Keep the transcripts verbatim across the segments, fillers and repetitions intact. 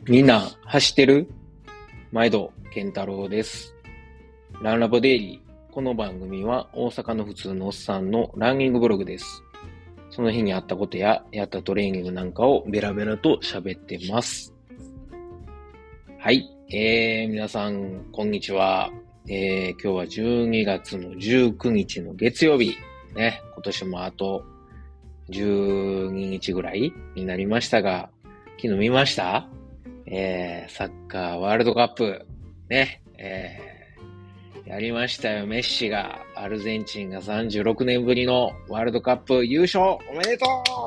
みんな走ってる？毎度健太郎です。ランラボデイリー。この番組は大阪の普通のおっさんのランニングブログです。その日にあったことややったトレーニングなんかをベラベラと喋ってます。はい、えー、皆さんこんにちは。えー、今日はじゅうにがつのじゅうくにちの月曜日ね。今年もあとじゅうににちぐらいになりましたが、昨日見ました？えー、サッカーワールドカップ、ね、えー、やりましたよ。メッシが、アルゼンチンがさんじゅうろくねんぶりのワールドカップ優勝おめでと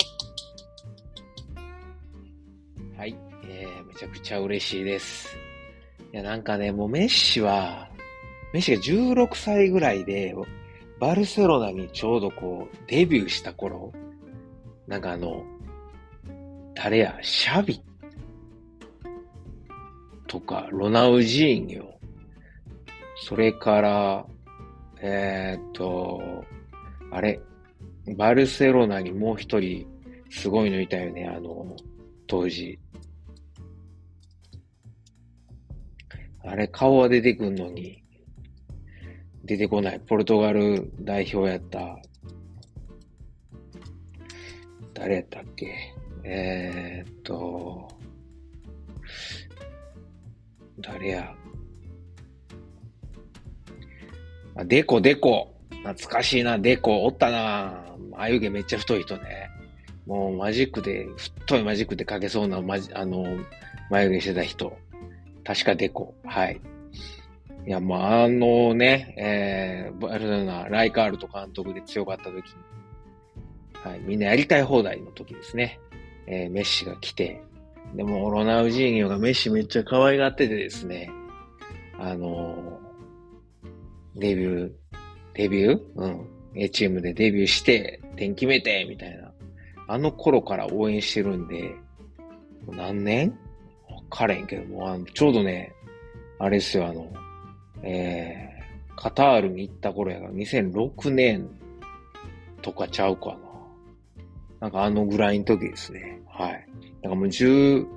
う！はい、えー、めちゃくちゃ嬉しいです。いや、なんかね、もうメッシは、メッシがじゅうろくさいぐらいで、バルセロナにちょうどこう、デビューした頃、なんかあの、誰や、シャビとか、ロナウジーニョ、それから、えーっと、あれ、バルセロナにもう一人、すごいのいたよね、あの、当時。あれ、顔は出てくんのに、出てこない。ポルトガル代表やった、誰やったっけ？えーっと、誰や？あ、デコ、デコ。懐かしいな、デコ。おったな。眉毛めっちゃ太い人ね。もうマジックで、太いマジックで描けそうな、まじ、あの、眉毛してた人。確かデコ。はい。いや、まあ、あのね、えー、バルセロナ、ライカールト監督で強かった時に、はい、みんなやりたい放題の時ですね。えー、メッシが来て、でも、ロナウジーニョがメッシめっちゃ可愛がっててですね、あのー、デビュー、デビューうん。A チームでデビューして、点決めて、みたいな。あの頃から応援してるんで、何年わからへんけども、あのちょうどね、あれですよ、あの、えー、カタールに行った頃やから、にせんろくねんとかちゃうかな。なんかあのぐらいの時ですね。はい。だからもうじゅう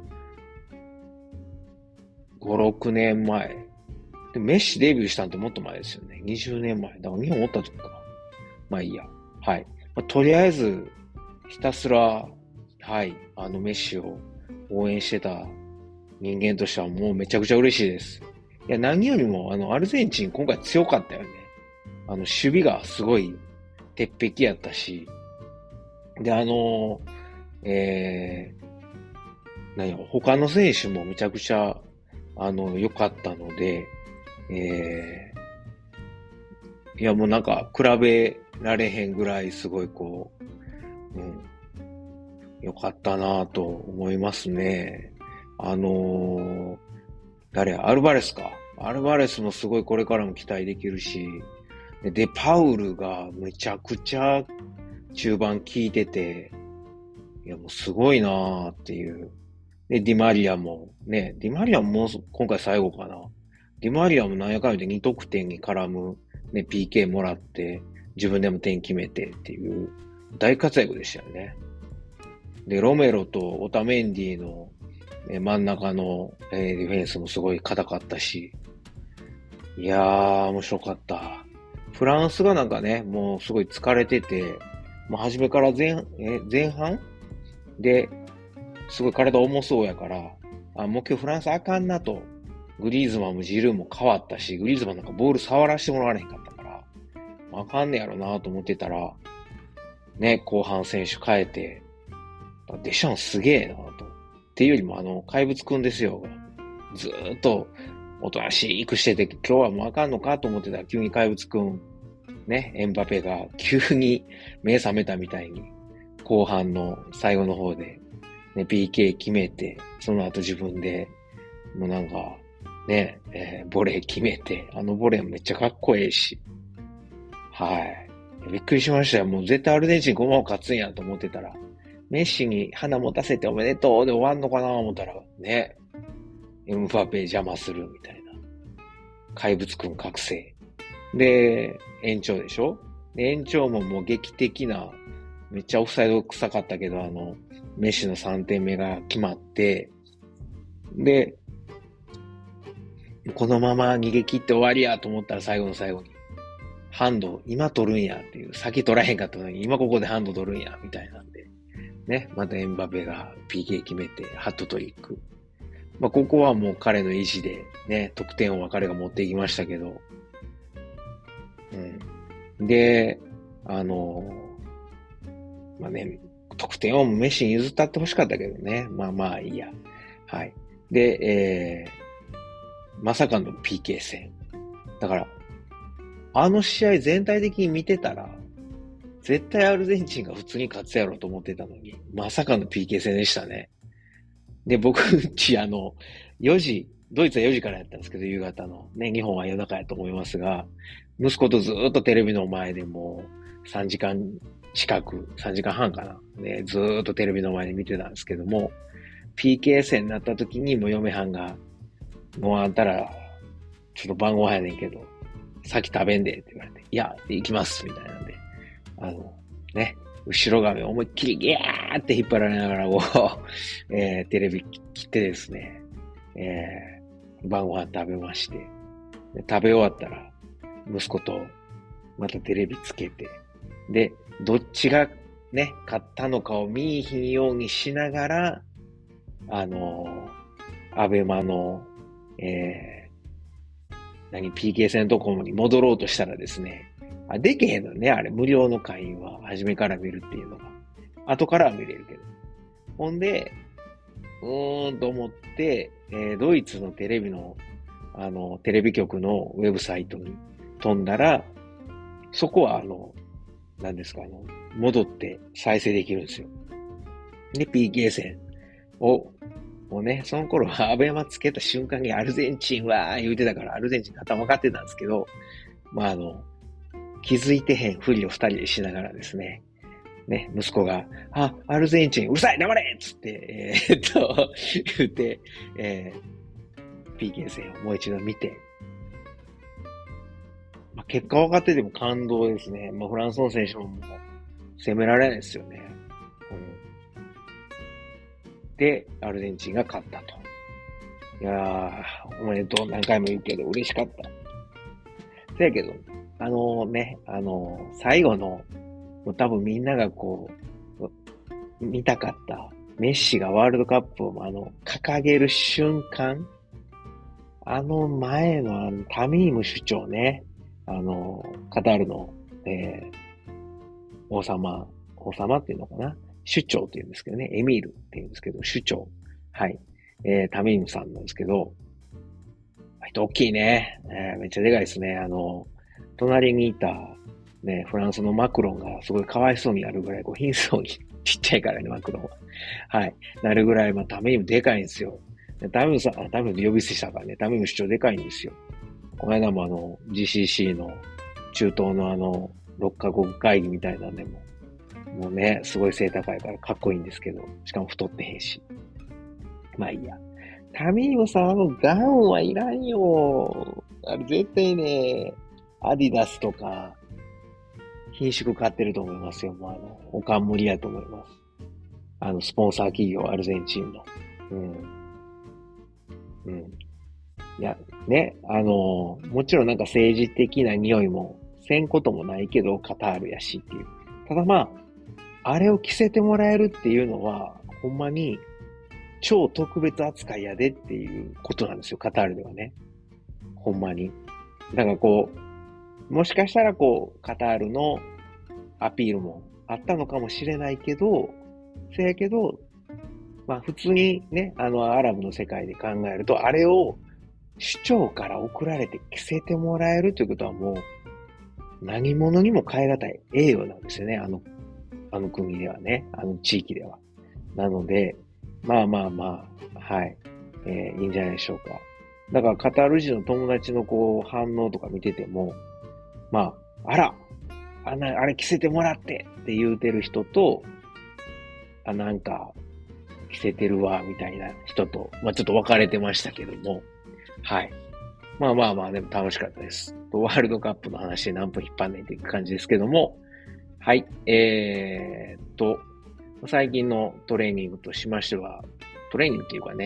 ご、ろくねんまえ。で、メッシデビューしたんってもっと前ですよね。にじゅうねんまえ。だから日本おった時か。まあいいや。はい。まあ、とりあえず、ひたすら、はい、あのメッシを応援してた人間としてはもうめちゃくちゃ嬉しいです。いや、何よりも、あの、アルゼンチン今回強かったよね。あの、守備がすごい鉄壁やったし、で、あの、えー、何や、他の選手もめちゃくちゃ、あの、良かったので、えー、いや、もうなんか、比べられへんぐらいすごいこう、うん、良かったなぁと思いますね。あのー、誰や、アルバレスか。アルバレスもすごいこれからも期待できるし、で、パウルがめちゃくちゃ中盤効いてて、いやもうすごいなーっていう。で、ディマリアも、ね、ディマリアももう今回最後かな。ディマリアもなんやかんやでに得点に絡む、ね、ピーケー もらって、自分でも点決めてっていう大活躍でしたよね。で、ロメロとオタメンディのえ真ん中の、えーディフェンスもすごい硬かったし、いやー、面白かった。フランスがなんかね、もうすごい疲れてて、もう初めから前、え前半で、すごい体重そうやから、あ、もう今日フランスあかんなと。グリーズマンもジルーも変わったし、グリーズマンなんかボール触らせてもらわれへんかったから、あかんねやろなと思ってたら、ね、後半選手変えて、デシャンすげえなと。っていうよりもあの、怪物くんですよ。ずーっと、おとなしくしてて、今日はもうあかんのかと思ってたら、急に怪物くん、ね、エンバペが急に目覚めたみたいに、後半の最後の方で、ね、ピーケー 決めて、その後自分で、もうなんか、ね、えーボレー決めて、あのボレーめっちゃかっこええし、はい。びっくりしましたよ。もう絶対アルゼンチンごまを勝つんやと思ってたら、メッシに花持たせておめでとうで終わんのかな思ったら、ね、エムバペ邪魔するみたいな。怪物くん覚醒。で、延長でしょ？で延長ももう劇的な、めっちゃオフサイド臭かったけど、あの、メッシのさんてんめが決まって、 で、このまま逃げ切って終わりやと思ったら最後の最後に、ハンド、今取るんやっていう、先取らへんかったのに、今ここでハンド取るんや、みたいなんで。ね、またエムバペが ピーケー 決めて、ハットトリック。まあ、ここはもう彼の意地で、ね、得点を彼が持っていきましたけど。うん。で、あの、まあね、得点をメッシに譲ったってほしかったけどね。まあまあいいや。はい。で、えー、まさかの ピーケー 戦。だから、あの試合全体的に見てたら、絶対アルゼンチンが普通に勝つやろうと思ってたのに、まさかの ピーケー 戦でしたね。で、僕んち、あの、よじ、ドイツはよじからやったんですけど、夕方の。ね、日本は夜中やと思いますが、息子とずーっとテレビの前でもうさんじかん近く、さんじかんはんかな。ね、ずーっとテレビの前で見てたんですけども、ピーケー 戦になった時にもう嫁はんが、もうあんたら、ちょっと晩ご飯やねんけど、先食べんでって言われて、いや、行きます、みたいなんで、あの、ね、後ろ髪を思いっきりギャーって引っ張られながら、こう、えー、テレビ切ってですね、えー、晩ご飯食べまして、で食べ終わったら、息子とまたテレビつけて、で、どっちがね、勝ったのかを見いひんようにしながら、あのー、アベマの、えー、何、ピーケー 戦とこに戻ろうとしたらですね、あ、でけへんのね、あれ、無料の会員は、初めから見るっていうのが。後からは見れるけど。ほんで、うーんと思って、えー、ドイツのテレビの、あの、テレビ局のウェブサイトに飛んだら、そこは、あの、何ですか、あの、戻って再生できるんですよ。で、ピーケー 戦を、もうね、その頃はアベマつけた瞬間にアルゼンチンは言うてたから、アルゼンチンが頭分かってたんですけど、まあ、あの、気づいてへんふりを二人でしながらですね、ね、息子が、あ、アルゼンチン、うるさい黙れっつって、えー、っと、言って、えー、ピーケー 戦をもう一度見て、まあ、結果分かってても感動ですね。まあ、フランスの選手ももう攻められないですよね。うん、で、アルゼンチンが勝ったと。いやー、おめでとう何回も言うけど嬉しかった。せやけど、あのね、あのー、最後の、もう多分みんながこう、見たかった、メッシがワールドカップをあの、掲げる瞬間、あの前のあの、タミーム首長ね、あの、カタールの、えー、王様、王様っていうのかな、首長っていうんですけどね、エミールっていうんですけど、首長。はい。えー、タミームさんなんですけど、人大きいね。えー、めっちゃでかいですね。あの、隣にいた、ね、フランスのマクロンがすごいかわいそうになるぐらい、こう、貧相にちっちゃいからね、マクロンは。はい。なるぐらい、まあ、タミームでかいんですよ。タミームさん、タミームで呼び捨てしたからね、タミーム主張でかいんですよ。この間もあの、ジーシーシー の中東のあの、ろっカ国会議みたいなんでも、もうね、すごい背高いからかっこいいんですけど、しかも太ってへんし。まあいいや。タミームさん、あのガウンはいらんよ。あれ絶対ね、アディダスとか、品種買ってると思いますよ。もうあの、おかん無理やと思います。あの、スポンサー企業、アルゼンチンの。うん。うん。いや、ね、あの、もちろんなんか政治的な匂いもせんこともないけど、カタールやしっていう。ただまあ、あれを着せてもらえるっていうのは、ほんまに超特別扱いやでっていうことなんですよ、カタールではね。ほんまに。だからこう、もしかしたらこう、カタールのアピールもあったのかもしれないけど、せやけど、まあ普通にね、あのアラブの世界で考えると、あれを首長から送られて着せてもらえるということはもう何者にも代え難い栄誉なんですよね。あの、あの国ではね。あの地域では。なので、まあまあまあ、はい。えー、いいんじゃないでしょうか。だからカタール人の友達のこう反応とか見てても、まあ、あら、あんな、あれ着せてもらってって言うてる人と、あ、なんか、着せてるわ、みたいな人と、まあちょっと分かれてましたけども、はい。まあまあまあ、でも楽しかったです。ワールドカップの話で何分引っ張んねんっていう感じですけども、はい。えーっと、最近のトレーニングとしましては、トレーニングっていうかね、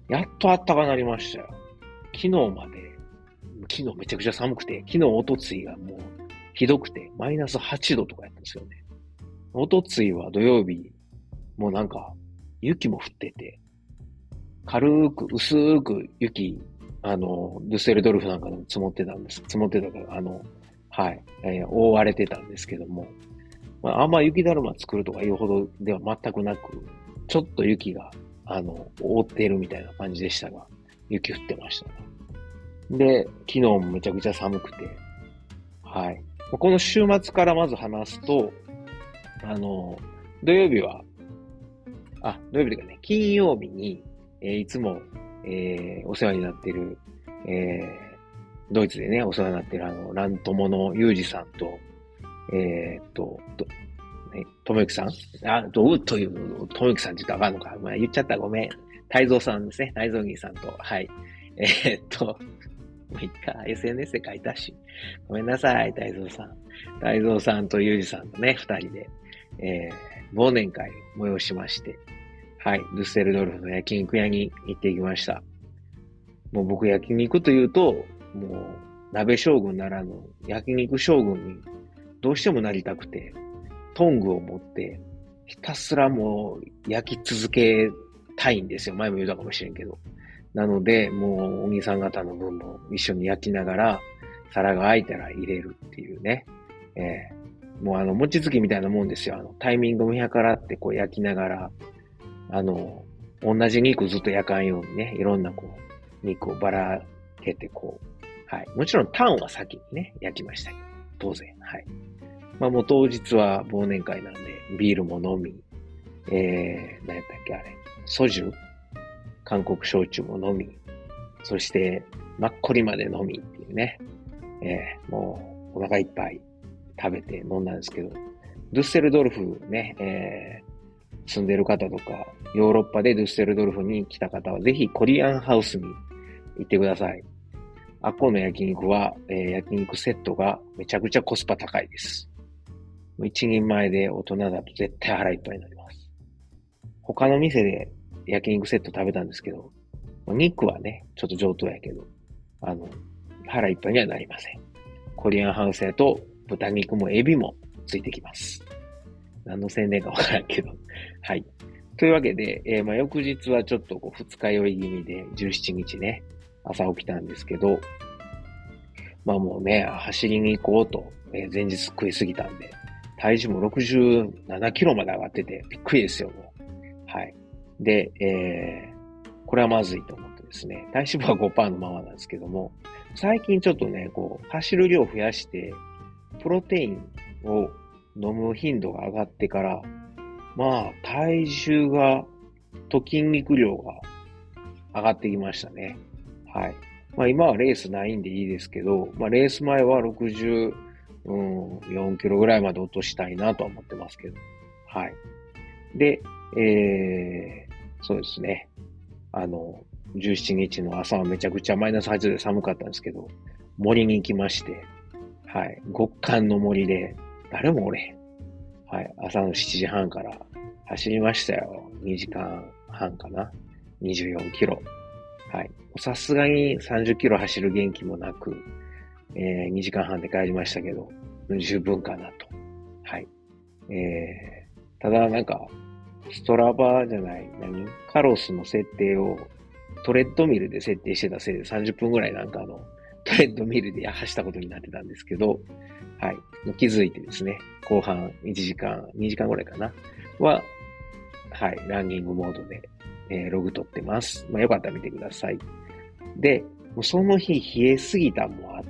やっと暖かなりましたよ。昨日まで、昨日めちゃくちゃ寒くて、昨日、おとついがもうひどくて、マイナスはちどとかやったんですよね。おとついは土曜日、もうなんか、雪も降ってて、軽く、薄く雪、あの、デュッセルドルフなんかでも積もってたんです。積もってたから、あの、はい、えー覆われてたんですけども、まあ、あんま雪だるま作るとかいうほどでは全くなく、ちょっと雪が、あの、覆っているみたいな感じでしたが、雪降ってましたね。で、昨日もめちゃくちゃ寒くて、はい。この週末からまず話すと、あの、土曜日は、あ、土曜日というかね、金曜日に、えーいつも、えーお世話になっている、えードイツでね、お世話になっているあの、ラントモのユージさんと、えーっと、と、ね、ともゆきさんあ、どうという、ともゆきさんって言ったらあかんのか。まあ、言っちゃったごめん。太蔵さんですね。太蔵義さんと、はい。えーっと、まあ、いっか、エスエヌエス で書いたし。ごめんなさい、太蔵さん。太蔵さんとユージさんとね、二人で、えー、忘年会を催しまして、はい、デュッセルドルフの焼肉屋に行ってきました。もう僕焼肉というと、もう、鍋将軍ならぬ焼肉将軍にどうしてもなりたくて、トングを持って、ひたすらもう焼き続けたいんですよ。前も言ったかもしれんけど。なので、もう、お兄さん方の分も一緒に焼きながら、皿が空いたら入れるっていうね。えー、もうあの、餅つきみたいなもんですよ。あの、タイミング見計らってこう焼きながら、あの、同じ肉ずっと焼かんようにね、いろんなこう、肉をばらけてこう、はい。もちろんタンは先にね、焼きましたけど、当然。はい。まあもう当日は忘年会なんで、ビールも飲み、えー、何やったっけあれ、ソジュ韓国焼酎も飲み、そして、マッコリまで飲みっていうね、えー、もうお腹いっぱい食べて飲んだんですけど、ドゥッセルドルフね、えー、住んでる方とか、ヨーロッパでドゥッセルドルフに来た方は、ぜひコリアンハウスに行ってください。あっこの焼肉は、えー、焼肉セットがめちゃくちゃコスパ高いです。一人前で大人だと絶対腹いっぱいになります。他の店で焼肉セット食べたんですけど、肉はね、ちょっと上等やけど、あの、腹いっぱいにはなりません。コリアンハウスやと豚肉もエビもついてきます。何の宣伝かわからんけど。はい。というわけで、えー、まあ翌日はちょっとこう二日酔い気味でじゅうしちにちね、朝起きたんですけど、まあもうね、走りに行こうと、えー前日食いすぎたんで、体重もろくじゅうななキロまで上がってて、びっくりですよ、もう。はい。で、えー、これはまずいと思ってですね、体脂肪はごパーセントのままなんですけども、最近ちょっとね、こう、走る量を増やして、プロテインを飲む頻度が上がってから、まあ、体重が、と筋肉量が上がってきましたね。はい。まあ今はレースないんでいいですけど、まあレース前はろくじゅうよんキロぐらいまで落としたいなとは思ってますけど。はい。で、えー、そうですね。あの、じゅうしちにちの朝はめちゃくちゃマイナスはちどで寒かったんですけど、森に行きまして、はい。極寒の森で、誰もおれへん。はい。朝のしちじはんから走りましたよ。にじかんはんかな。にじゅうよんキロ。はい。さすがにさんじゅっキロ走る元気もなく、えー、にじかんはんで帰りましたけど、十分かなと。はい。えー、ただなんか、ストラバじゃない、何カロスの設定をトレッドミルで設定してたせいでさんじゅっぷんぐらいなんかあの、トレッドミルで走ったことになってたんですけど、はい。気づいてですね、後半いちじかん、にじかんぐらいかな、は、はい、ランニングモードで、えーログ取ってます。まあよかったら見てください。で、もうその日冷えすぎたのもあって、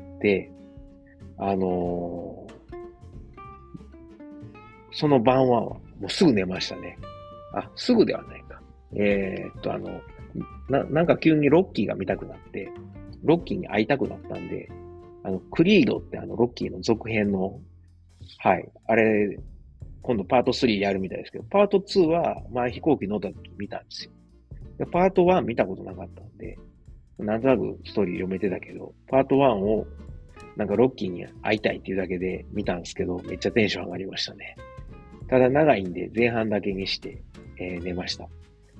あのーその晩はもうすぐ寝ましたね。あ、すぐではないか。えーっと、あの、な、なんか急にロッキーが見たくなって、ロッキーに会いたくなったんで、あの、クリードってあの、ロッキーの続編の、はい、あれ、今度パートスリーやるみたいですけど、パートツーは前飛行機乗った時見たんですよ。でパートワン見たことなかったんで、なんとなくストーリー読めてたけど、パートワンをなんかロッキーに会いたいっていうだけで見たんですけど、めっちゃテンション上がりましたね。ただ長いんで前半だけにして、えー寝ました。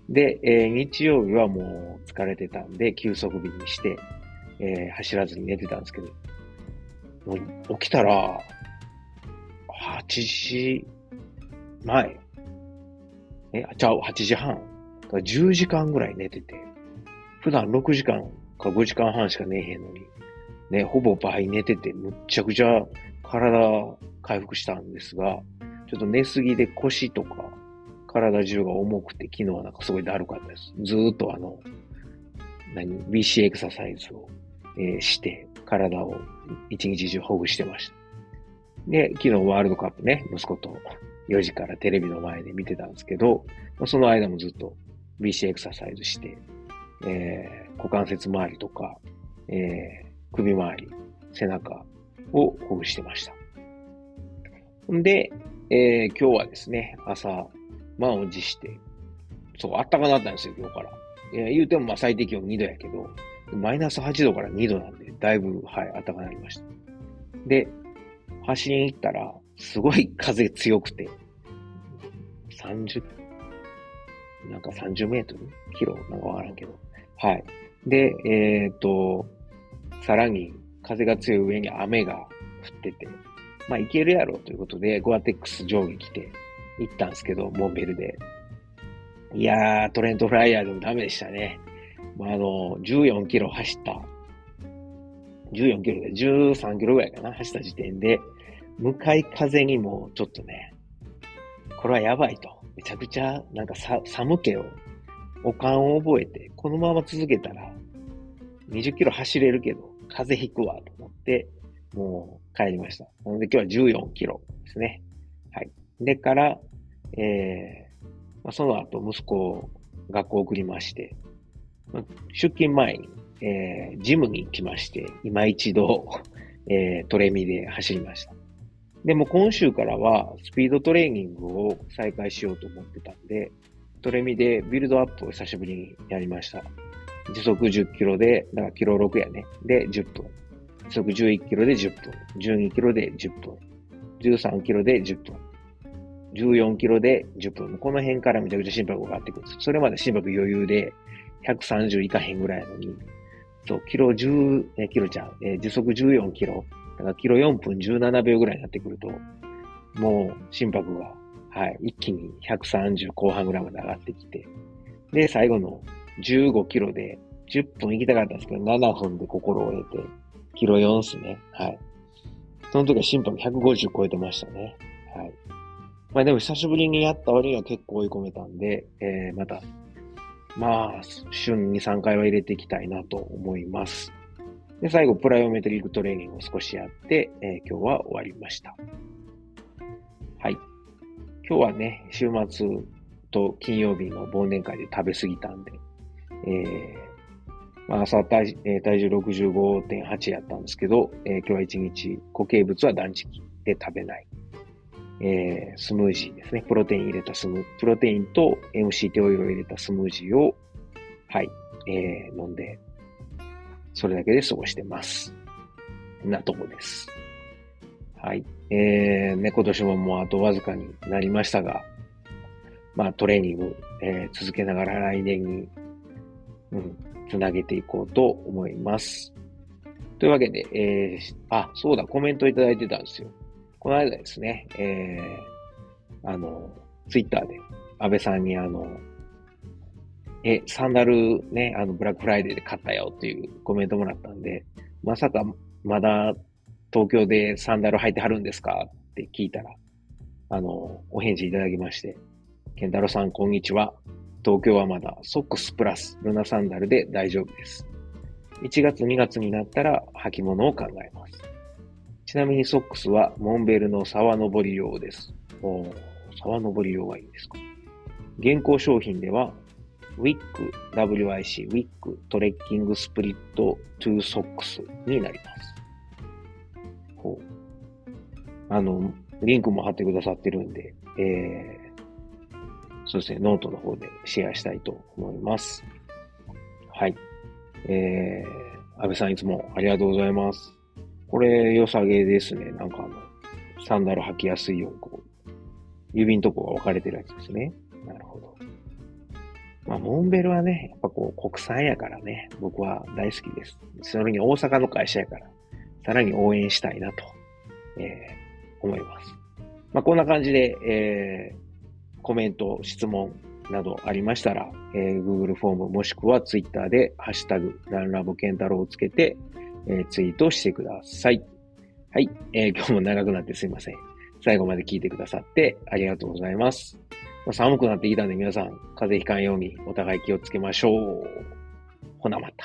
で、えー日曜日はもう疲れてたんで、休息日にして、えー走らずに寝てたんですけど、もう起きたら、はちじまえ、え、ちゃう、はちじはん。だからじゅうじかんぐらい寝てて、普段ろくじかんかごじかんはんしか寝えへんのに、ね、ほぼ倍寝てて、むっちゃくちゃ体回復したんですが、ちょっと寝すぎで腰とか体中が重くて、昨日はなんかすごいだるかったです。ずーっとあの、何、ビーシー エクササイズを、えーして、体を一日中ほぐしてました。で、昨日ワールドカップね、息子とよじからテレビの前で見てたんですけど、その間もずっと ビーシー エクササイズして、えー、股関節周りとか、えー、首周り、背中をほぐしてました。んで、えー、今日はですね、朝、満を持して、そう、あったかなったんですよ、今日から。いや、言うてもまあ最低気温にどやけど、マイナスはちどからにどなんで、だいぶ、はい、暖かくなりました。で、走りに行ったら、すごい風強くて、さんじゅう、なんかさんじゅうメートルキロなんかわからんけど。はい。で、えっと、さらに風が強い上に雨が降ってて、まあ行けるやろということで、ゴアテックス上下着て行ったんですけど、モンベルで。いやー、トレントフライヤーでもダメでしたね。まあ、あの、じゅうよんキロ走った、じゅうよんキロでじゅうさんキロぐらいかな、走った時点で、向かい風にもちょっとね、これはやばいと。めちゃくちゃ、なんかさ、寒気を、おかんを覚えて、このまま続けたら、にじゅっキロ走れるけど、風邪ひくわ、と思って、もう帰りました。なので今日はじゅうよんキロですね。はい。でから、えー、まあ、その後息子を学校送りまして、まあ出勤前に、えー、ジムに来まして、今一度、えー、トレミで走りました。でも今週からはスピードトレーニングを再開しようと思ってたんで、トレミでビルドアップを久しぶりにやりました。時速じゅっキロで、だからキロろくやね。で、じゅっぷん。時速じゅういちキロでじゅっぷん。じゅうにキロでじゅっぷん。じゅうさんキロでじゅっぷん。じゅうよんキロでじゅっぷん。この辺からめちゃくちゃ心拍が上がってくるんです。それまで心拍余裕でひゃくさんじゅういかへんぐらいなのに、そう、キロじゅう、え、キロちゃん、えー時速じゅうよんキロ。だからキロよんぷんじゅうななびょうぐらいになってくると、もう心拍が、はい、一気にひゃくさんじゅう後半ぐらいまで上がってきて、で、最後のじゅうごキロでじゅっぷん行きたかったんですけど、ななふんで心を得て、キロよんっすね。はい。その時は心拍ひゃくごじゅう超えてましたね。はい。まあでも久しぶりにやった割には結構追い込めたんで、えー、また、まあ、週にさんかいは入れていきたいなと思います。で、最後、プライオメトリックトレーニングを少しやって、えー今日は終わりました。はい。今日はね、週末と金曜日の忘年会で食べ過ぎたんで、えー、まあ、朝体、えー体重 ろくじゅうごてんはち やったんですけど、えー今日は一日固形物は断食で食べない。えー、スムージーですね。プロテイン入れたスム、プロテインと エムシーティー オイルを入れたスムージーを、はい、えー、飲んで、それだけで過ごしてます。なとこです。はい。えー、ね、今年ももうあとわずかになりましたが、まあトレーニング、えー続けながら来年に、うん、つなげていこうと思います。というわけで、えー、あ、そうだ、コメントいただいてたんですよ。この間ですね、えー、あの、ツイッターで、安倍さんにあの、え、サンダルね、あの、ブラックフライデーで買ったよっていうコメントもらったんで、まさかまだ東京でサンダル履いてはるんですかって聞いたら、あの、お返事いただきまして、ケンタロウさんこんにちは。東京はまだソックスプラスルナサンダルで大丈夫です。いちがつにがつになったら履物を考えます。ちなみにソックスはモンベルの沢登り用です。おー、沢登り用がいいんですか。現行商品では、ウィック、ダブリューアイシー、ウィックトレッキングスプリットトゥーソックスになります。ほう。あの、リンクも貼ってくださってるんで、えー、そうですね、ノートの方でシェアしたいと思います。はい。えー、安倍さんいつもありがとうございます。これ、良さげですね。なんかあの、サンダル履きやすいように、こう、指のとこが分かれてるやつですね。なるほど。 まあ、モンベルはね、やっぱこう、国産やからね、僕は大好きです。それに大阪の会社やから、さらに応援したいなと、えー思います。まあ、こんな感じで、えーコメント、質問などありましたら、えー Google フォームもしくは Twitter でハッシュタグ、ランラボケンタロウをつけて、えーツイートしてください。はい、えー今日も長くなってすいません。最後まで聞いてくださってありがとうございます。まあ寒くなってきたんで皆さん、風邪ひかんようにお互い気をつけましょう。ほなまた。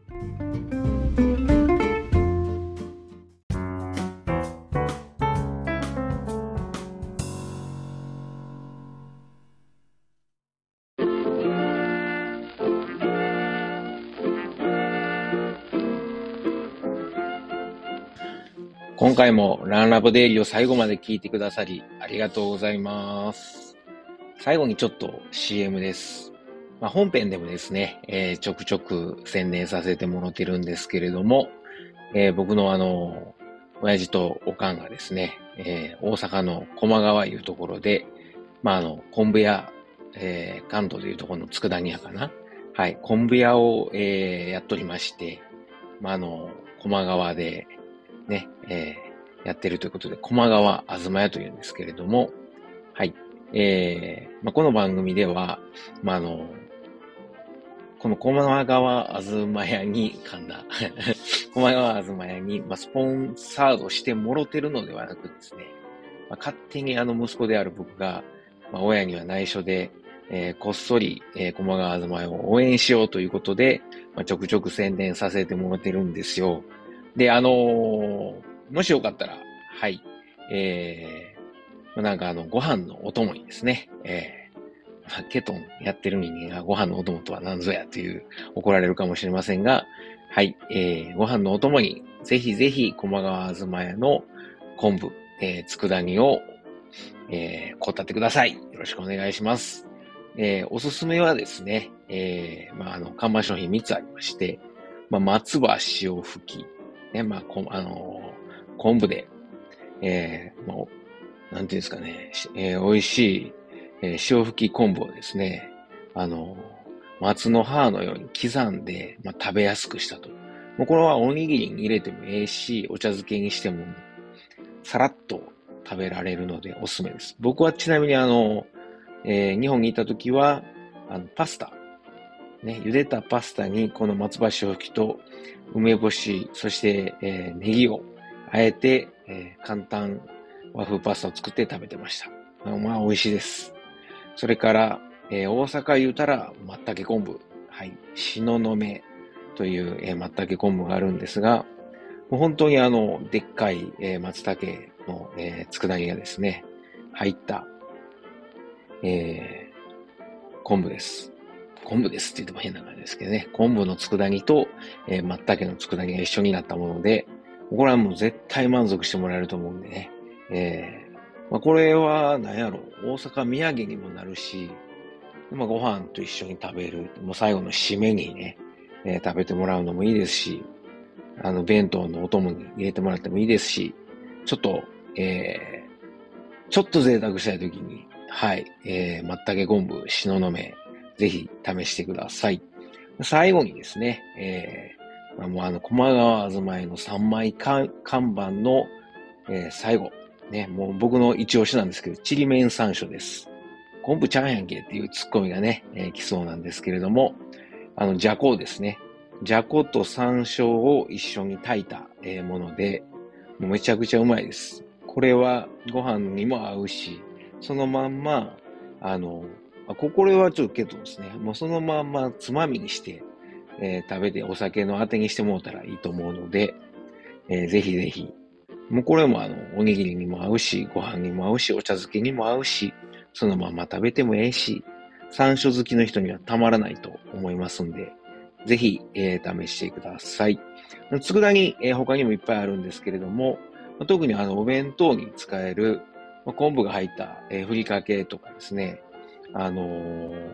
今回もランラボデイリーを最後まで聞いてくださりありがとうございます。最後にちょっと シーエム です。まあ、本編でもですね、えーちょくちょく宣伝させてもらってるんですけれども、えー僕のあの、親父とおかんがですね、えー大阪の駒川いうところで、まあ、あの、昆布屋、えー関東でいうところの佃煮屋かな。はい、昆布屋を、えーやっとりまして、まあ、あの、駒川で、ね、えーやってるということで、駒川あずま屋というんですけれども、はい。えーまあ、この番組では、まあ、あの、この駒川あずま屋に、噛んだ。駒川あずま屋に、まあ、スポンサードしてもろてるのではなくですね、まあ、勝手にあの息子である僕が、まあ、親には内緒で、えーこっそり、えー、駒川あずま屋を応援しようということで、まあ、ちょくちょく宣伝させてもらってるんですよ。で、あのーもしよかったら、はい、えー、まあなんかあの、ご飯のお供にですね、えー、まあケトンやってる人間がご飯のお供とは何ぞやという怒られるかもしれませんが、はい、えー、ご飯のお供にぜひぜひ駒川あずま屋の昆布、えー、佃煮を、えー、こったってください。よろしくお願いします。えー、おすすめはですね、えー、まあ、あの、看板商品みっつありまして、まあ、松葉塩吹き、ね、まあ、こあのー昆布で、えー、もう、なんていうんですかね、しえー美味しい、えー塩吹き昆布をですね、あのー松の葉のように刻んで、まあ、食べやすくしたと。もうこれはおにぎりに入れてもええし、お茶漬けにしても、さらっと食べられるのでおすすめです。僕はちなみにあの、えー日本にいた時は、あの、パスタ、ね、茹でたパスタにこの松葉塩吹きと梅干し、そして、えーネギをあえて、えー簡単和風パスタを作って食べてました。まあ、まあ美味しいです。それから、えー大阪言うたら、松茸昆布。はい。東雲という、えー、松茸昆布があるんですが、もう本当にあの、でっかい、えー松茸の、えー佃煮がですね、入った、えー昆布です。昆布ですって言っても変な感じですけどね。昆布の佃煮と、えー、松茸の佃煮が一緒になったもので、これはもう絶対満足してもらえると思うんでね。えーまあ、これは、何やろ、大阪土産にもなるし、まあ、ご飯と一緒に食べる、もう最後の締めにね、えー食べてもらうのもいいですし、あの、弁当のお供に入れてもらってもいいですし、ちょっと、えー、ちょっと贅沢したいときに、はい、えー、松茸昆布、東雲、ぜひ試してください。最後にですね、えー、まあ、もうあの、駒川あずまいのさんまい看板の、えー最後、ね、もう僕の一押しなんですけど、ちりめん山椒です。昆布ちゃんやんけっていうツッコミがね、えー来そうなんですけれども、あの、じゃこですね。じゃこと山椒を一緒に炊いた、えーもので、もうめちゃくちゃうまいです。これはご飯にも合うし、そのまんま、あの、あここれはちょっとケトですね。もうそのまんまつまみにして、えー食べてお酒のあてにしてもらったらいいと思うので、えーぜひぜひ。もうこれもあの、おにぎりにも合うし、ご飯にも合うし、お茶漬けにも合うし、そのまま食べてもええし、山椒好きの人にはたまらないと思いますんで、ぜひ、えー試してください。佃煮、えー他にもいっぱいあるんですけれども、まあ特にあの、お弁当に使える、まあ昆布が入った、えーふりかけとかですね、あのー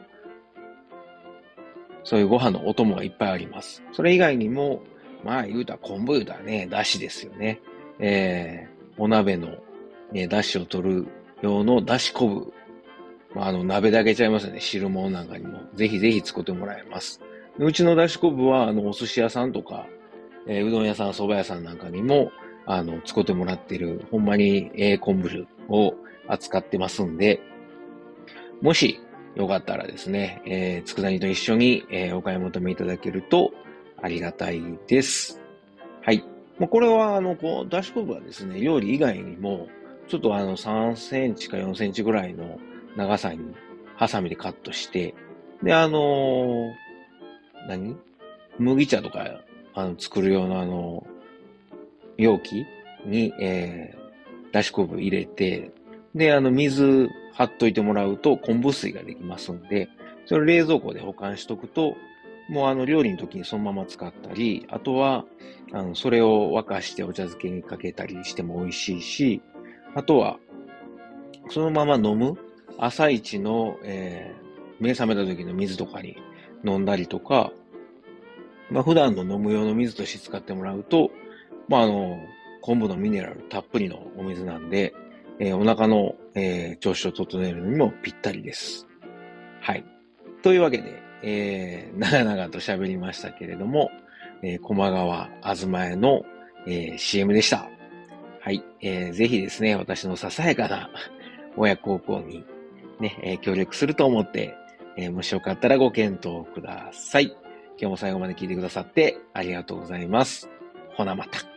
そういうご飯のお供がいっぱいあります。それ以外にも、まあ言うたら昆布言うたらね、だしですよね。えー、お鍋の、ね、だしを取る用のだし昆布。 まあ、あの、鍋であげちゃいますよね。汁物なんかにも。ぜひぜひ作ってもらえます。うちのだし昆布は、あの、お寿司屋さんとか、えーうどん屋さん、蕎麦屋さんなんかにも、あの、使ってもらってる、ほんまに、えー昆布を扱ってますんで、もし、よかったらですね、えー、佃煮と一緒に、えーお買い求めいただけるとありがたいです。はい。まあ、これは、あの、こう、だし昆布はですね、料理以外にも、ちょっとあの、さんセンチかよんセンチぐらいの長さに、ハサミでカットして、で、あのー何麦茶とか、あの、作る用のあの、容器に、えー、だし昆布入れて、で、あの、水張っといてもらうと昆布水ができますんで、それを冷蔵庫で保管しとくと、もうあの、料理の時にそのまま使ったり、あとは、あの、それを沸かしてお茶漬けにかけたりしても美味しいし、あとは、そのまま飲む朝一の、えー目覚めた時の水とかに飲んだりとか、まあ、普段の飲む用の水として使ってもらうと、まあ、あの、昆布のミネラルたっぷりのお水なんで、えーお腹の、えー調子を整えるのにもぴったりです。はい。というわけで、えー長々と喋りましたけれども、えー、駒川あずまえの、えー シーエム でした。はい。えーぜひですね、私のささやかな親孝行にね、えー協力すると思って、えーもしよかったらご検討ください。今日も最後まで聞いてくださってありがとうございます。ほなまた。